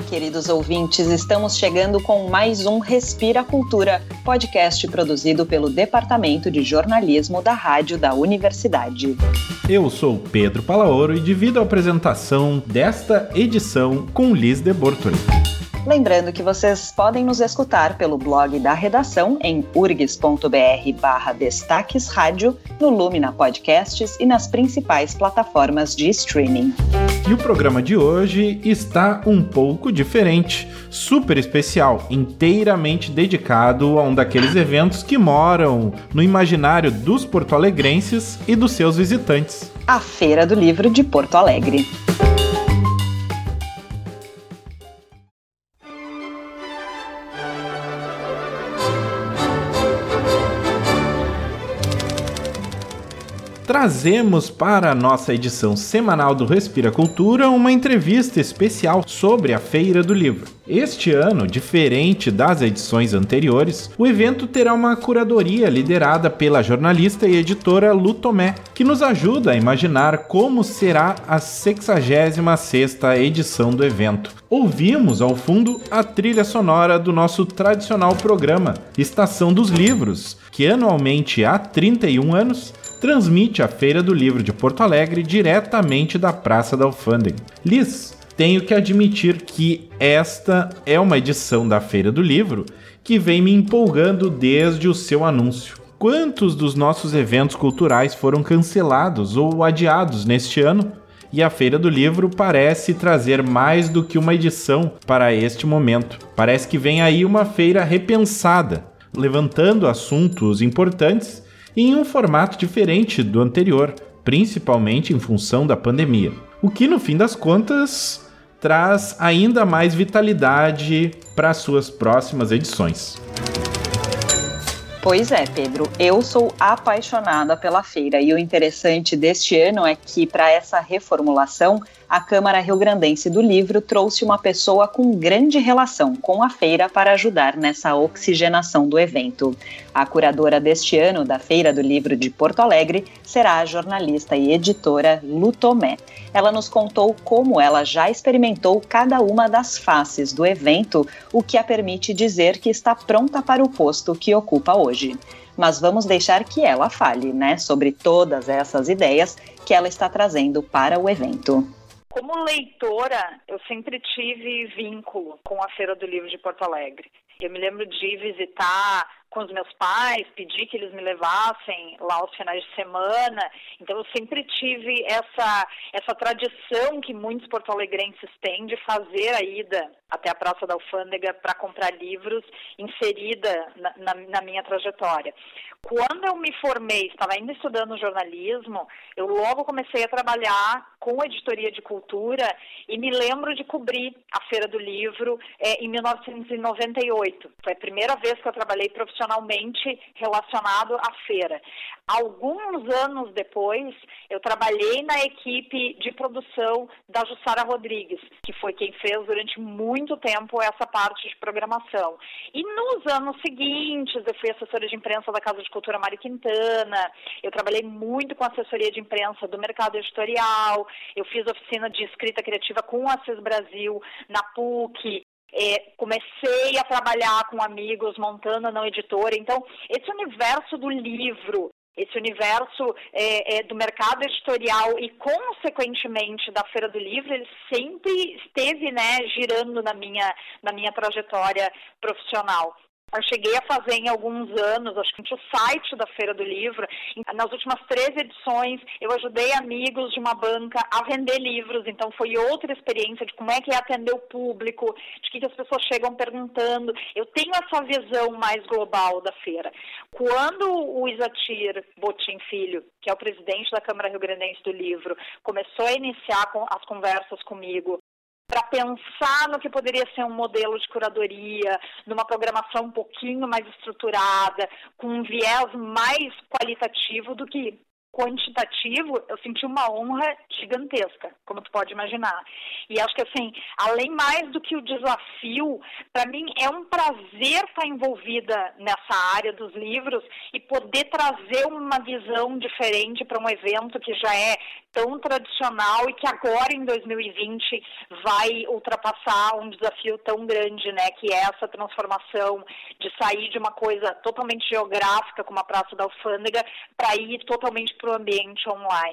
queridos ouvintes, estamos chegando com mais um Respira Cultura, podcast produzido pelo Departamento de Jornalismo da Rádio da Universidade. Eu sou Pedro Palaoro e divido a apresentação desta edição com Liz de Bortoli. Lembrando que vocês podem nos escutar pelo blog da redação em urgs.br/destaques rádio, no Lumina Podcasts e nas principais plataformas de streaming. E o programa de hoje está um pouco diferente, super especial, inteiramente dedicado a um daqueles eventos que moram no imaginário dos porto-alegrenses e dos seus visitantes. A Feira do Livro de Porto Alegre. Trazemos para a nossa edição semanal do Respira Cultura uma entrevista especial sobre a Feira do Livro. Este ano, diferente das edições anteriores, o evento terá uma curadoria liderada pela jornalista e editora Lu Tomé, que nos ajuda a imaginar como será a 66ª edição do evento. Ouvimos ao fundo a trilha sonora do nosso tradicional programa Estação dos Livros, que anualmente há 31 anos transmite a Feira do Livro de Porto Alegre diretamente da Praça da Alfândega. Liz, tenho que admitir que esta é uma edição da Feira do Livro que vem me empolgando desde o seu anúncio. Quantos dos nossos eventos culturais foram cancelados ou adiados neste ano? E a Feira do Livro parece trazer mais do que uma edição para este momento. Parece que vem aí uma feira repensada, levantando assuntos importantes em um formato diferente do anterior, principalmente em função da pandemia. O que, no fim das contas, traz ainda mais vitalidade para suas próximas edições. Pois é, Pedro, eu sou apaixonada pela feira e o interessante deste ano é que, para essa reformulação, a Câmara Rio-Grandense do Livro trouxe uma pessoa com grande relação com a feira para ajudar nessa oxigenação do evento. A curadora deste ano da Feira do Livro de Porto Alegre será a jornalista e editora Lu Tomé. Ela nos contou como ela já experimentou cada uma das faces do evento, o que a permite dizer que está pronta para o posto que ocupa hoje. Mas vamos deixar que ela fale, sobre todas essas ideias que ela está trazendo para o evento. Como leitora, eu sempre tive vínculo com a Feira do Livro de Porto Alegre. Eu me lembro de visitar com os meus pais, pedir que eles me levassem lá aos finais de semana. Então eu sempre tive essa tradição que muitos porto-alegrenses têm de fazer a ida até a Praça da Alfândega para comprar livros, inserida na minha trajetória. Quando eu me formei, estava ainda estudando jornalismo, eu logo comecei a trabalhar com editoria de cultura e me lembro de cobrir a Feira do Livro em 1998. Foi a primeira vez que eu trabalhei profissionalmente relacionado à feira. Alguns anos depois, eu trabalhei na equipe de produção da Jussara Rodrigues, que foi quem fez durante muito tempo essa parte de programação. E nos anos seguintes, eu fui assessora de imprensa da Casa de Cultura Mário Quintana, eu trabalhei muito com assessoria de imprensa do mercado editorial, eu fiz oficina de escrita criativa com a Assis Brasil na PUC, comecei a trabalhar com amigos montando a Não Editora. Então, esse universo do livro, esse universo do mercado editorial e, consequentemente, da Feira do Livro, ele sempre esteve girando na minha trajetória profissional. Eu cheguei a fazer em alguns anos, acho que o site da Feira do Livro. Nas últimas 3 edições, eu ajudei amigos de uma banca a vender livros. Então, foi outra experiência de como é que é atender o público, de que as pessoas chegam perguntando. Eu tenho essa visão mais global da feira. Quando o Isatir Botim Filho, que é o presidente da Câmara Rio-Grandense do Livro, começou a iniciar as conversas comigo, para pensar no que poderia ser um modelo de curadoria, numa programação um pouquinho mais estruturada, com um viés mais qualitativo do que quantitativo, eu senti uma honra gigantesca, como tu pode imaginar. E acho que, assim, além mais do que o desafio, para mim é um prazer estar envolvida nessa área dos livros e poder trazer uma visão diferente para um evento que já é tão tradicional e que agora, em 2020, vai ultrapassar um desafio tão grande, né, que é essa transformação de sair de uma coisa totalmente geográfica, como a Praça da Alfândega, para ir totalmente para o ambiente online.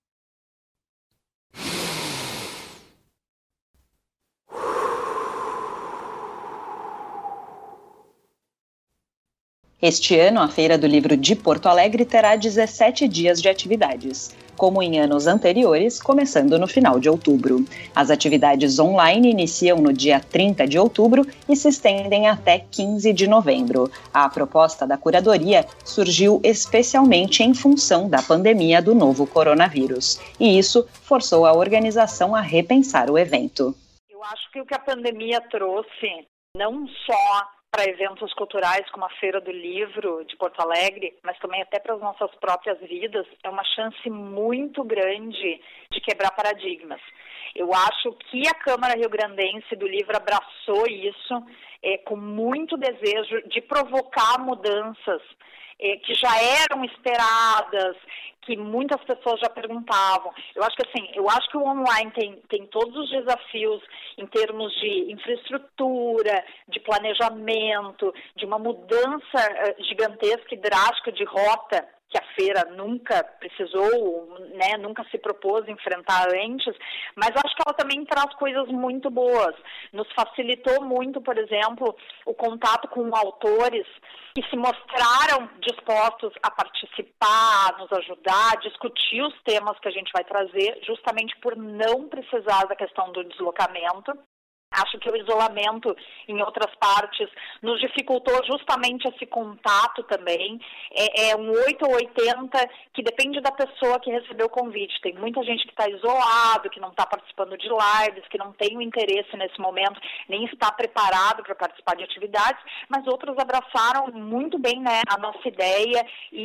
Este ano, a Feira do Livro de Porto Alegre terá 17 dias de atividades, como em anos anteriores, começando no final de outubro. As atividades online iniciam no dia 30 de outubro e se estendem até 15 de novembro. A proposta da curadoria surgiu especialmente em função da pandemia do novo coronavírus, e isso forçou a organização a repensar o evento. Eu acho que o que a pandemia trouxe, não só para eventos culturais como a Feira do Livro de Porto Alegre, mas também até para as nossas próprias vidas, é uma chance muito grande de quebrar paradigmas. Eu acho que a Câmara Rio-Grandense do Livro abraçou isso com muito desejo de provocar mudanças que já eram esperadas, que muitas pessoas já perguntavam. Eu acho que o online tem todos os desafios em termos de infraestrutura, de planejamento, de uma mudança gigantesca e drástica de rota que a feira nunca precisou, né, nunca se propôs enfrentar antes, mas acho que ela também traz coisas muito boas. Nos facilitou muito, por exemplo, o contato com autores que se mostraram dispostos a participar, a nos ajudar, a discutir os temas que a gente vai trazer, justamente por não precisar da questão do deslocamento. Acho que o isolamento em outras partes nos dificultou justamente esse contato também. É um 8 ou 80 que depende da pessoa que recebeu o convite. Tem muita gente que está isolado, que não está participando de lives, que não tem o interesse nesse momento, nem está preparado para participar de atividades, mas outros abraçaram muito bem, né, a nossa ideia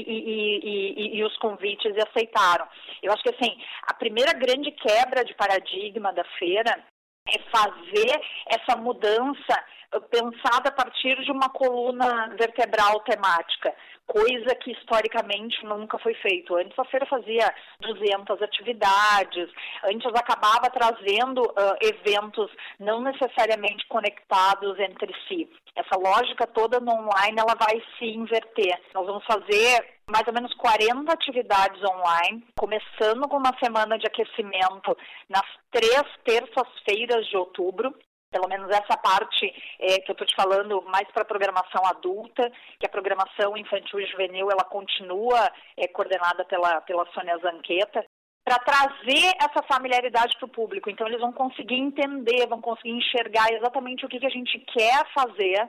e os convites e aceitaram. Eu acho que assim, a primeira grande quebra de paradigma da feira é fazer essa mudança pensada a partir de uma coluna vertebral temática, coisa que historicamente nunca foi feito. Antes a feira fazia 200 atividades, antes acabava trazendo eventos não necessariamente conectados entre si. Essa lógica toda no online ela vai se inverter. Nós vamos fazer mais ou menos 40 atividades online, começando com uma semana de aquecimento nas 3 terças-feiras de outubro. Pelo menos essa parte que eu estou te falando mais para a programação adulta, que a programação infantil e juvenil ela continua coordenada pela Sônia Zanqueta, para trazer essa familiaridade para o público. Então eles vão conseguir entender, vão conseguir enxergar exatamente o que a gente quer fazer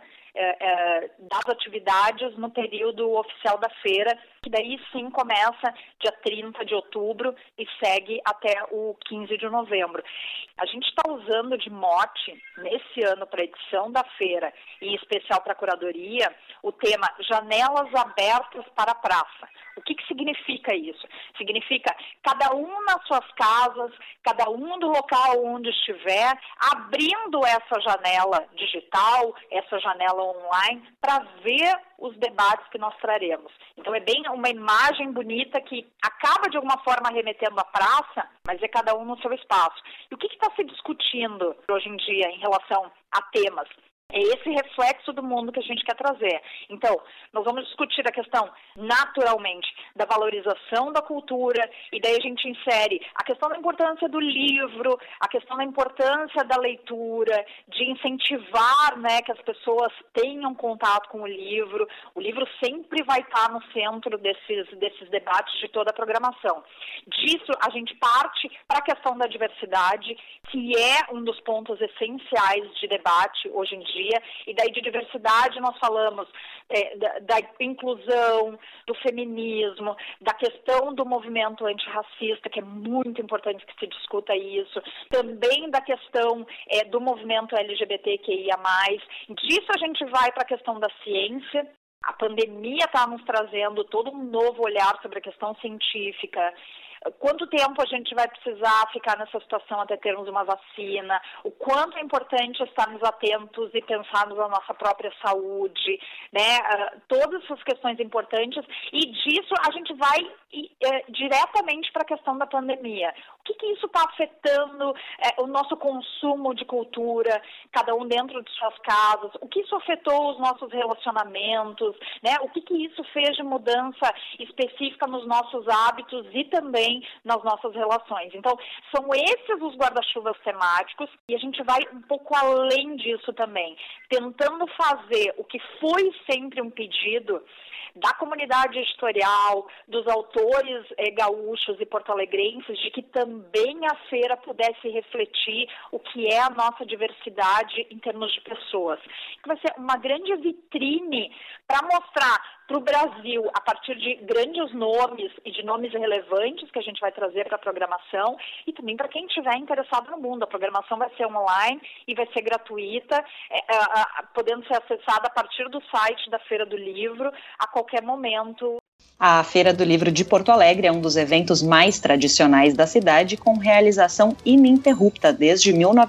das atividades no período oficial da feira, que daí sim começa dia 30 de outubro e segue até o 15 de novembro. A gente está usando de mote, nesse ano, para a edição da feira, e em especial para a curadoria, o tema Janelas Abertas para a Praça. O que significa isso? Significa cada um nas suas casas, cada um do local onde estiver, abrindo essa janela digital, essa janela online, para ver os debates que nós traremos. Então é bem uma imagem bonita que acaba de alguma forma remetendo à praça, mas é cada um no seu espaço. E o que está se discutindo hoje em dia em relação a temas? É esse reflexo do mundo que a gente quer trazer. Então, nós vamos discutir a questão, naturalmente, da valorização da cultura, e daí a gente insere a questão da importância do livro, a questão da importância da leitura, de incentivar, né, que as pessoas tenham contato com o livro. O livro sempre vai estar no centro desses debates de toda a programação. Disso, a gente parte para a questão da diversidade, que é um dos pontos essenciais de debate hoje em dia. E daí de diversidade nós falamos da inclusão, do feminismo, da questão do movimento antirracista, que é muito importante que se discuta isso, também da questão do movimento LGBTQIA+. Disso a gente vai para a questão da ciência, A pandemia está nos trazendo todo um novo olhar sobre a questão científica. Quanto tempo a gente vai precisar ficar nessa situação até termos uma vacina, o quanto é importante estarmos atentos e pensarmos na nossa própria saúde, né? Todas essas questões importantes, e disso a gente vai diretamente para a questão da pandemia. O que isso está afetando o nosso consumo de cultura, cada um dentro de suas casas, o que isso afetou os nossos relacionamentos, né? O que isso fez de mudança específica nos nossos hábitos e também nas nossas relações. Então, são esses os guarda-chuvas temáticos e a gente vai um pouco além disso também, tentando fazer o que foi sempre um pedido da comunidade editorial, dos autores gaúchos e porto-alegrenses, de que também a feira pudesse refletir o que é a nossa diversidade em termos de pessoas. Que vai ser uma grande vitrine para mostrar para o Brasil, a partir de grandes nomes e de nomes relevantes que a gente vai trazer para a programação, e também para quem estiver interessado no mundo. A programação vai ser online e vai ser gratuita, podendo ser acessada a partir do site da Feira do Livro a qualquer momento. A Feira do Livro de Porto Alegre é um dos eventos mais tradicionais da cidade, com realização ininterrupta desde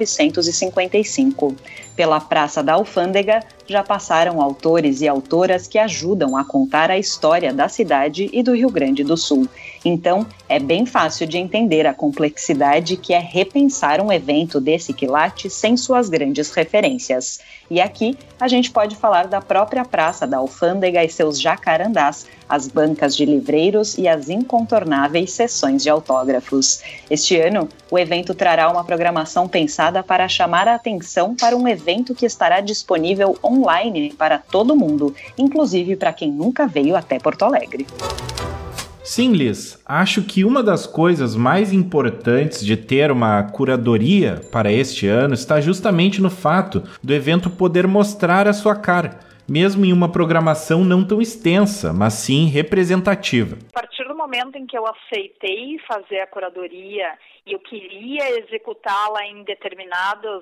1955. Pela Praça da Alfândega, já passaram autores e autoras que ajudam a contar a história da cidade e do Rio Grande do Sul. Então, é bem fácil de entender a complexidade que é repensar um evento desse quilate sem suas grandes referências. E aqui, a gente pode falar da própria Praça da Alfândega e seus jacarandás, as bancas de livreiros e as incontornáveis sessões de autógrafos. Este ano, o evento trará uma programação pensada para chamar a atenção para um evento que estará disponível online para todo mundo, inclusive para quem nunca veio até Porto Alegre. Sim, Liz, acho que uma das coisas mais importantes de ter uma curadoria para este ano está justamente no fato do evento poder mostrar a sua cara, mesmo em uma programação não tão extensa, mas sim representativa. A partir do momento em que eu aceitei fazer a curadoria e eu queria executá-la em determinadas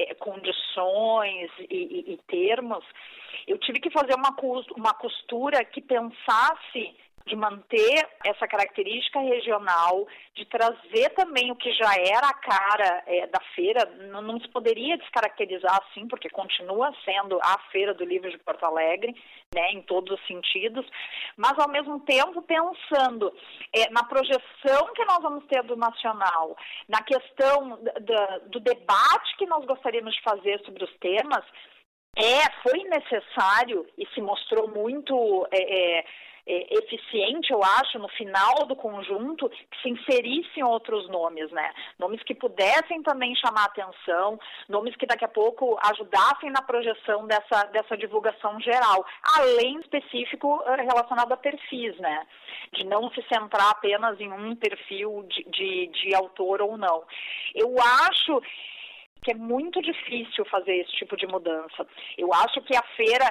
condições e termos, eu tive que fazer uma costura que pensasse de manter essa característica regional, de trazer também o que já era a cara da feira. Não se poderia descaracterizar assim, porque continua sendo a Feira do Livro de Porto Alegre, né, em todos os sentidos, mas ao mesmo tempo pensando na projeção que nós vamos ter do nacional, na questão do debate que nós gostaríamos de fazer sobre os temas. Foi necessário e se mostrou muito eficiente, eu acho, no final do conjunto, que se inserissem outros nomes, né? Nomes que pudessem também chamar atenção, nomes que daqui a pouco ajudassem na projeção dessa divulgação geral, além específico relacionado a perfis, né? De não se centrar apenas em um perfil de autor ou não. Eu acho que é muito difícil fazer esse tipo de mudança. Eu acho que a feira,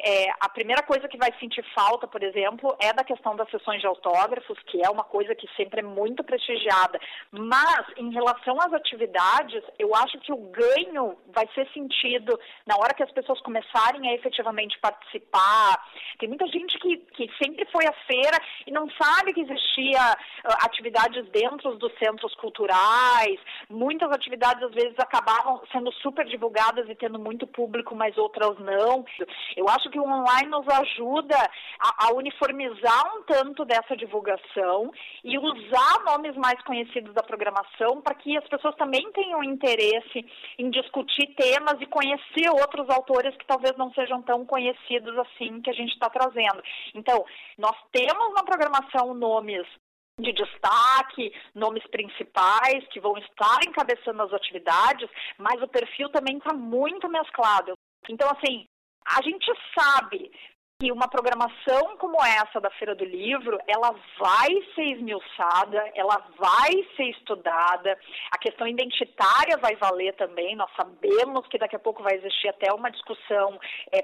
a primeira coisa que vai sentir falta, por exemplo, é da questão das sessões de autógrafos, que é uma coisa que sempre é muito prestigiada. Mas, em relação às atividades, eu acho que o ganho vai ser sentido na hora que as pessoas começarem a efetivamente participar. Tem muita gente que sempre foi à feira e não sabe que existia atividades dentro dos centros culturais. Muitas atividades, às vezes, acabaram sendo super divulgadas e tendo muito público, mas outras não. Eu acho que o online nos ajuda a uniformizar um tanto dessa divulgação e usar nomes mais conhecidos da programação para que as pessoas também tenham interesse em discutir temas e conhecer outros autores que talvez não sejam tão conhecidos assim que a gente está trazendo. Então, nós temos na programação nomes de destaque, nomes principais que vão estar encabeçando as atividades, mas o perfil também está muito mesclado. Então, assim, a gente sabe que uma programação como essa da Feira do Livro, ela vai ser esmiuçada, ela vai ser estudada, a questão identitária vai valer também, nós sabemos que daqui a pouco vai existir até uma discussão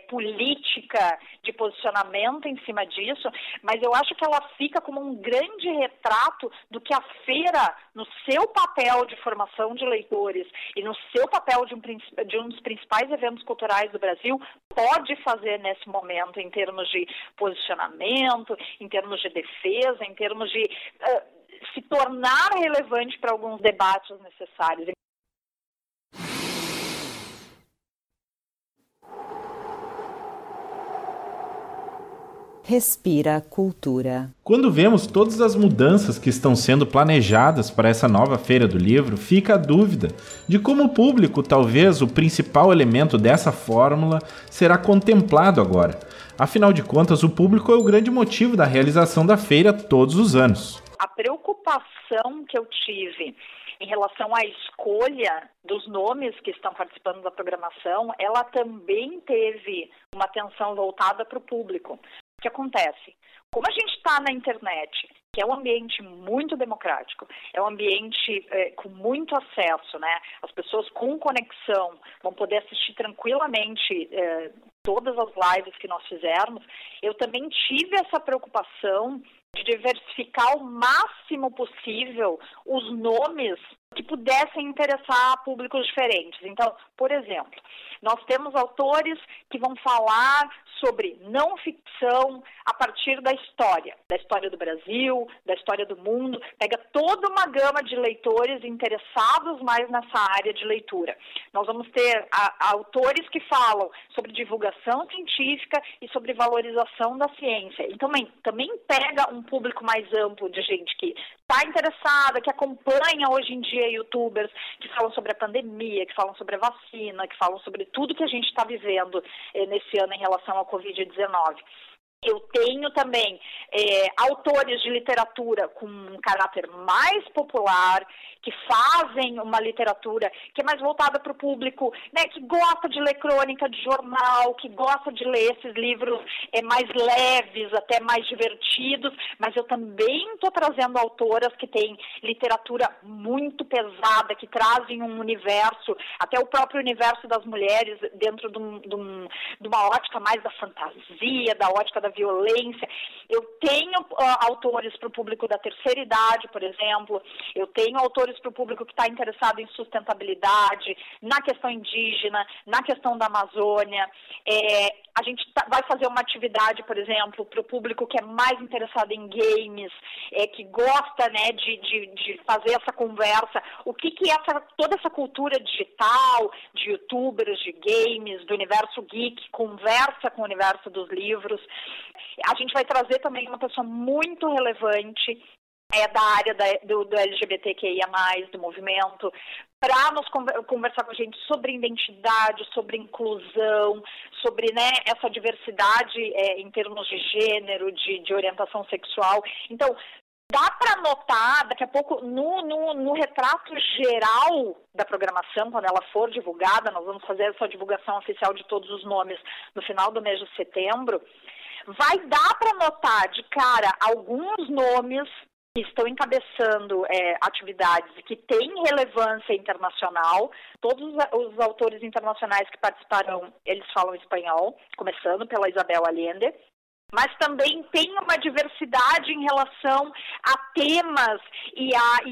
política de posicionamento em cima disso, mas eu acho que ela fica como um grande retrato do que a feira, no seu papel de formação de leitores e no seu papel de um dos principais eventos culturais do Brasil, pode fazer nesse momento em termos termos de posicionamento, em termos de defesa, em termos de se tornar relevante para alguns debates necessários. Respira Cultura. Quando vemos todas as mudanças que estão sendo planejadas para essa nova Feira do Livro, fica a dúvida de como o público, talvez o principal elemento dessa fórmula, será contemplado agora. Afinal de contas, o público é o grande motivo da realização da feira todos os anos. A preocupação que eu tive em relação à escolha dos nomes que estão participando da programação, ela também teve uma atenção voltada para o público. O que acontece? Como a gente está na internet, que é um ambiente muito democrático, é um ambiente com muito acesso, né? As pessoas com conexão vão poder assistir tranquilamente todas as lives que nós fizermos. Eu também tive essa preocupação de diversificar o máximo possível os nomes que pudessem interessar a públicos diferentes. Então, por exemplo, nós temos autores que vão falar sobre não ficção a partir da história do Brasil, da história do mundo, pega toda uma gama de leitores interessados mais nessa área de leitura. Nós vamos ter autores que falam sobre divulgação científica e sobre valorização da ciência. Então, também pega um público mais amplo de gente que está interessada, que acompanha hoje em dia youtubers que falam sobre a pandemia, que falam sobre a vacina, que falam sobre tudo que a gente está vivendo nesse ano em relação ao Covid-19. Eu tenho também autores de literatura com um caráter mais popular, que fazem uma literatura que é mais voltada para o público, né, que gosta de ler crônica de jornal, que gosta de ler esses livros mais leves, até mais divertidos, mas eu também estou trazendo autoras que têm literatura muito pesada, que trazem um universo, até o próprio universo das mulheres, dentro de uma ótica mais da fantasia, da ótica da violência. Eu tenho autores para o público da terceira idade, por exemplo, eu tenho autores para o público que está interessado em sustentabilidade, na questão indígena, na questão da Amazônia. A gente vai fazer uma atividade, por exemplo, para o público que é mais interessado em games, que gosta, né, de fazer essa conversa. O que toda essa cultura digital, de youtubers, de games, do universo geek, conversa com o universo dos livros. A gente vai trazer também uma pessoa muito relevante da área do LGBTQIA+, do movimento, para conversar com a gente sobre identidade, sobre inclusão, sobre, né, essa diversidade em termos de gênero, de orientação sexual. Então, dá para notar, daqui a pouco, no retrato geral da programação, quando ela for divulgada, nós vamos fazer essa divulgação oficial de todos os nomes no final do mês de setembro, vai dar para notar de cara alguns nomes que estão encabeçando atividades que têm relevância internacional. Todos os autores internacionais que participarão, eles falam espanhol, começando pela Isabel Allende, mas também tem uma diversidade em relação a temas e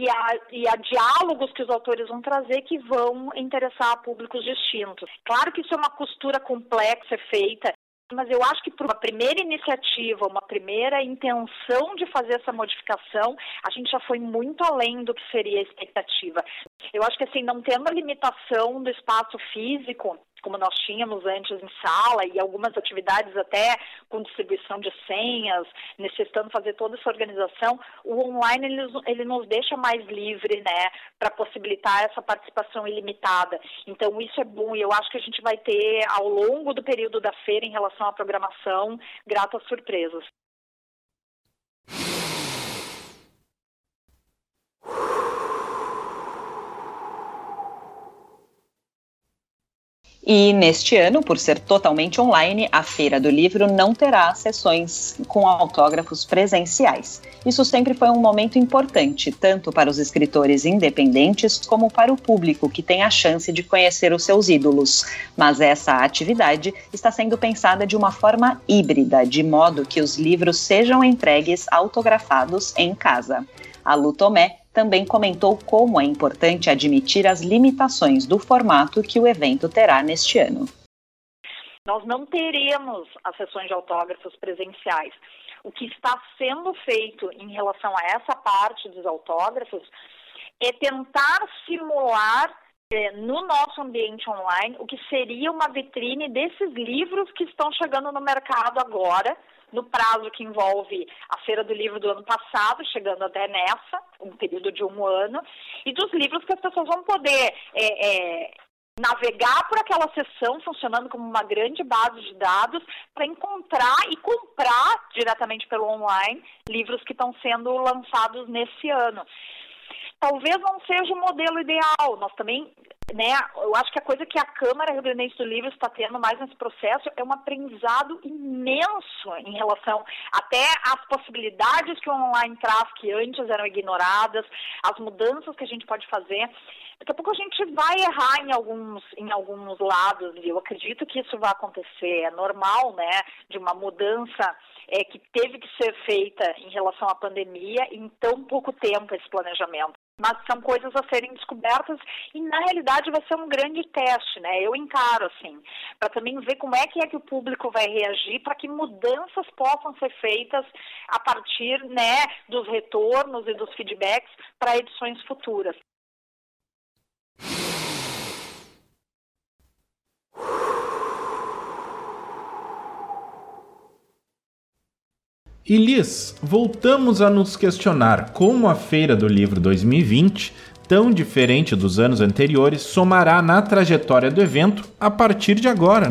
a diálogos que os autores vão trazer que vão interessar a públicos distintos. Claro que isso é uma costura complexa feita, mas eu acho que por uma primeira iniciativa, uma primeira intenção de fazer essa modificação, a gente já foi muito além do que seria a expectativa. Eu acho que, assim, não tendo a limitação do espaço físico, como nós tínhamos antes em sala, e algumas atividades até com distribuição de senhas, necessitando fazer toda essa organização, o online ele nos deixa mais livre, né, para possibilitar essa participação ilimitada. Então isso é bom, e eu acho que a gente vai ter, ao longo do período da feira, em relação à programação, gratas surpresas. E neste ano, por ser totalmente online, a Feira do Livro não terá sessões com autógrafos presenciais. Isso sempre foi um momento importante, tanto para os escritores independentes como para o público que tem a chance de conhecer os seus ídolos. Mas essa atividade está sendo pensada de uma forma híbrida, de modo que os livros sejam entregues autografados em casa. A Lu Tomé também comentou como é importante admitir as limitações do formato que o evento terá neste ano. nós não teremos as sessões de autógrafos presenciais. O que está sendo feito em relação a essa parte dos autógrafos é tentar simular no nosso ambiente online o que seria uma vitrine desses livros que estão chegando no mercado agora, no prazo que envolve a Feira do Livro do ano passado, chegando até nessa, um período de 1 ano, e dos livros que as pessoas vão poder navegar por aquela sessão, funcionando como uma grande base de dados, para encontrar e comprar diretamente pelo online livros que estão sendo lançados nesse ano. Talvez não seja o modelo ideal. Nós também, eu acho que a coisa que a Câmara Rio Grandense do Livro está tendo mais nesse processo é um aprendizado imenso em relação até às possibilidades que o online traz, que antes eram ignoradas, as mudanças que a gente pode fazer. Daqui a pouco a gente vai errar em alguns lados, e eu acredito que isso vai acontecer. É normal, de uma mudança que teve que ser feita em relação à pandemia em tão pouco tempo esse planejamento. Mas são coisas a serem descobertas e, na realidade, vai ser um grande teste, Eu encaro, assim, para também ver como é que o público vai reagir para que mudanças possam ser feitas a partir, dos retornos e dos feedbacks para edições futuras. E Liz, voltamos a nos questionar como a Feira do Livro 2020, tão diferente dos anos anteriores, somará na trajetória do evento a partir de agora,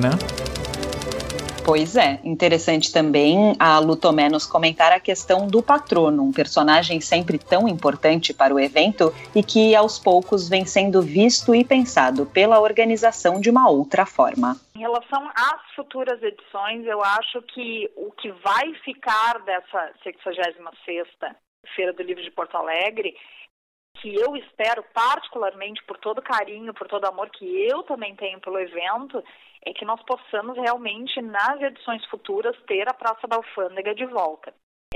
Pois é, interessante também a Lu Tomé nos comentar a questão do patrono, um personagem sempre tão importante para o evento e que aos poucos vem sendo visto e pensado pela organização de uma outra forma. Em relação às futuras edições, eu acho que o que vai ficar dessa 66ª Feira do Livro de Porto Alegre, que eu espero particularmente por todo o carinho, por todo o amor que eu também tenho pelo evento, é que nós possamos realmente, nas edições futuras, ter a Praça da Alfândega de volta.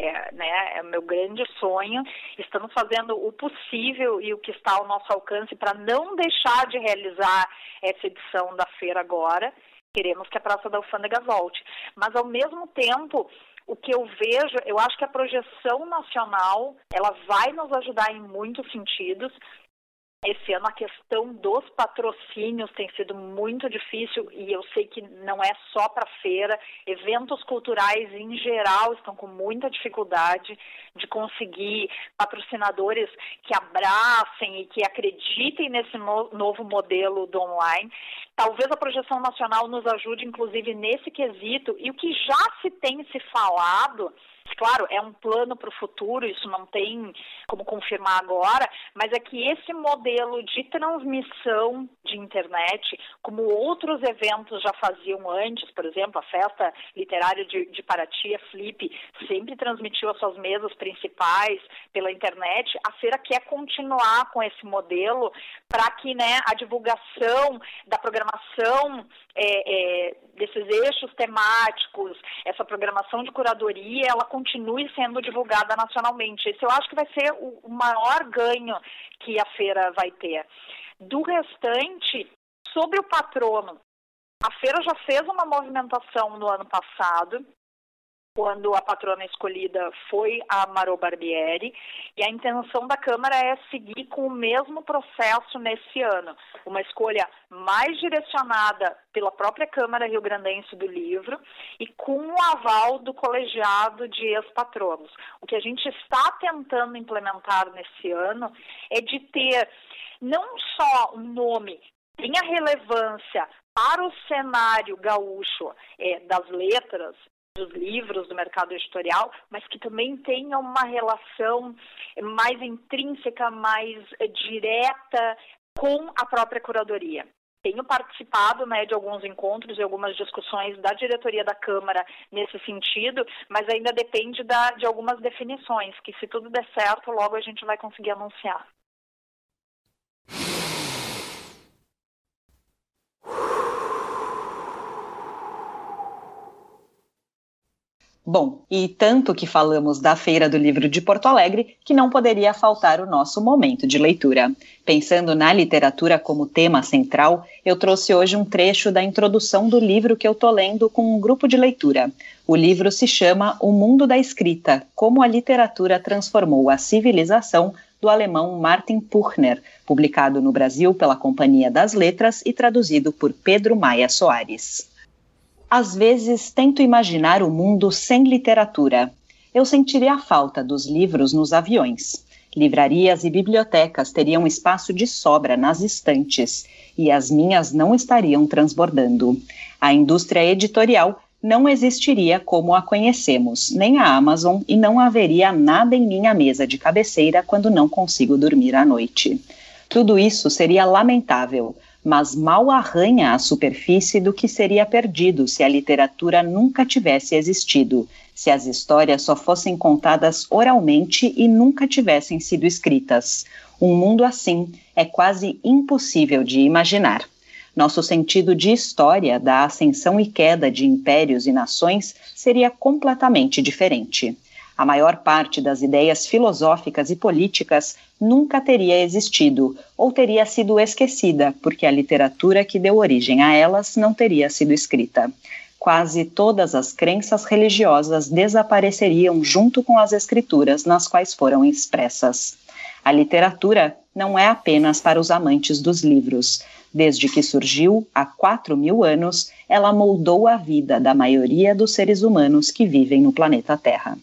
É o meu grande sonho. Estamos fazendo o possível e o que está ao nosso alcance para não deixar de realizar essa edição da feira agora. Queremos que a Praça da Alfândega volte. Mas, ao mesmo tempo, o que eu vejo, eu acho que a projeção nacional, ela vai nos ajudar em muitos sentidos. Esse ano a questão dos patrocínios tem sido muito difícil e eu sei que não é só para feira. Eventos culturais em geral estão com muita dificuldade de conseguir patrocinadores que abracem e que acreditem nesse novo modelo do online. Talvez a projeção nacional nos ajude, inclusive, nesse quesito. E o que já se tem se falado, claro, é um plano para o futuro, isso não tem como confirmar agora, mas é que esse modelo de transmissão de internet, como outros eventos já faziam antes, por exemplo, a Festa Literária de Paraty, a Flip, sempre transmitiu as suas mesas principais pela internet. A feira quer continuar com esse modelo para que a divulgação da programação desses eixos temáticos, essa programação de curadoria, ela continue sendo divulgada nacionalmente. Esse eu acho que vai ser o maior ganho que a feira vai ter. Do restante, sobre o patrono, a feira já fez uma movimentação no ano passado, quando a patrona escolhida foi a Marô Barbieri, e a intenção da Câmara é seguir com o mesmo processo nesse ano, uma escolha mais direcionada pela própria Câmara Rio Grandense do Livro e com o aval do colegiado de ex-patronos. O que a gente está tentando implementar nesse ano é de ter não só um nome que tenha relevância para o cenário gaúcho das letras, dos livros, do mercado editorial, mas que também tenha uma relação mais intrínseca, mais direta com a própria curadoria. Tenho participado de alguns encontros e algumas discussões da diretoria da Câmara nesse sentido, mas ainda depende de algumas definições, que se tudo der certo, logo a gente vai conseguir anunciar. Bom, e tanto que falamos da Feira do Livro de Porto Alegre que não poderia faltar o nosso momento de leitura. Pensando na literatura como tema central, eu trouxe hoje um trecho da introdução do livro que eu estou lendo com um grupo de leitura. O livro se chama O Mundo da Escrita, como a literatura transformou a civilização, do alemão Martin Puchner, publicado no Brasil pela Companhia das Letras e traduzido por Pedro Maia Soares. Às vezes, tento imaginar o mundo sem literatura. Eu sentiria a falta dos livros nos aviões. Livrarias e bibliotecas teriam espaço de sobra nas estantes, e as minhas não estariam transbordando. A indústria editorial não existiria como a conhecemos, nem a Amazon, e não haveria nada em minha mesa de cabeceira quando não consigo dormir à noite. Tudo isso seria lamentável, mas mal arranha a superfície do que seria perdido se a literatura nunca tivesse existido, se as histórias só fossem contadas oralmente e nunca tivessem sido escritas. Um mundo assim é quase impossível de imaginar. Nosso sentido de história, da ascensão e queda de impérios e nações, seria completamente diferente. A maior parte das ideias filosóficas e políticas nunca teria existido ou teria sido esquecida, porque a literatura que deu origem a elas não teria sido escrita. Quase todas as crenças religiosas desapareceriam junto com as escrituras nas quais foram expressas. A literatura não é apenas para os amantes dos livros. Desde que surgiu, há 4.000 anos, ela moldou a vida da maioria dos seres humanos que vivem no planeta Terra.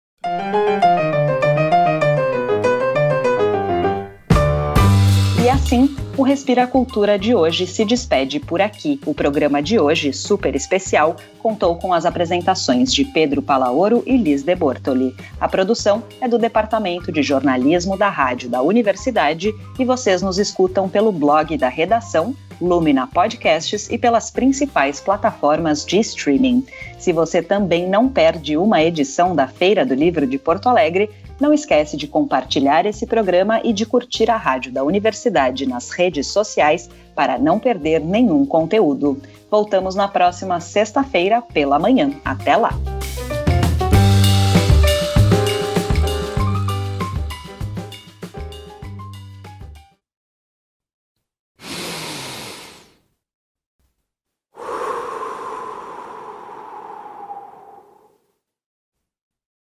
E assim, o Respira Cultura de hoje se despede por aqui. O programa de hoje, super especial, contou com as apresentações de Pedro Palaoro e Liz de Bortoli. A produção é do Departamento de Jornalismo da Rádio da Universidade e vocês nos escutam pelo blog da redação, Lumina Podcasts e pelas principais plataformas de streaming. Se você também não perde uma edição da Feira do Livro de Porto Alegre, não esquece de compartilhar esse programa e de curtir a Rádio da Universidade nas redes sociais para não perder nenhum conteúdo. Voltamos na próxima sexta-feira pela manhã. Até lá!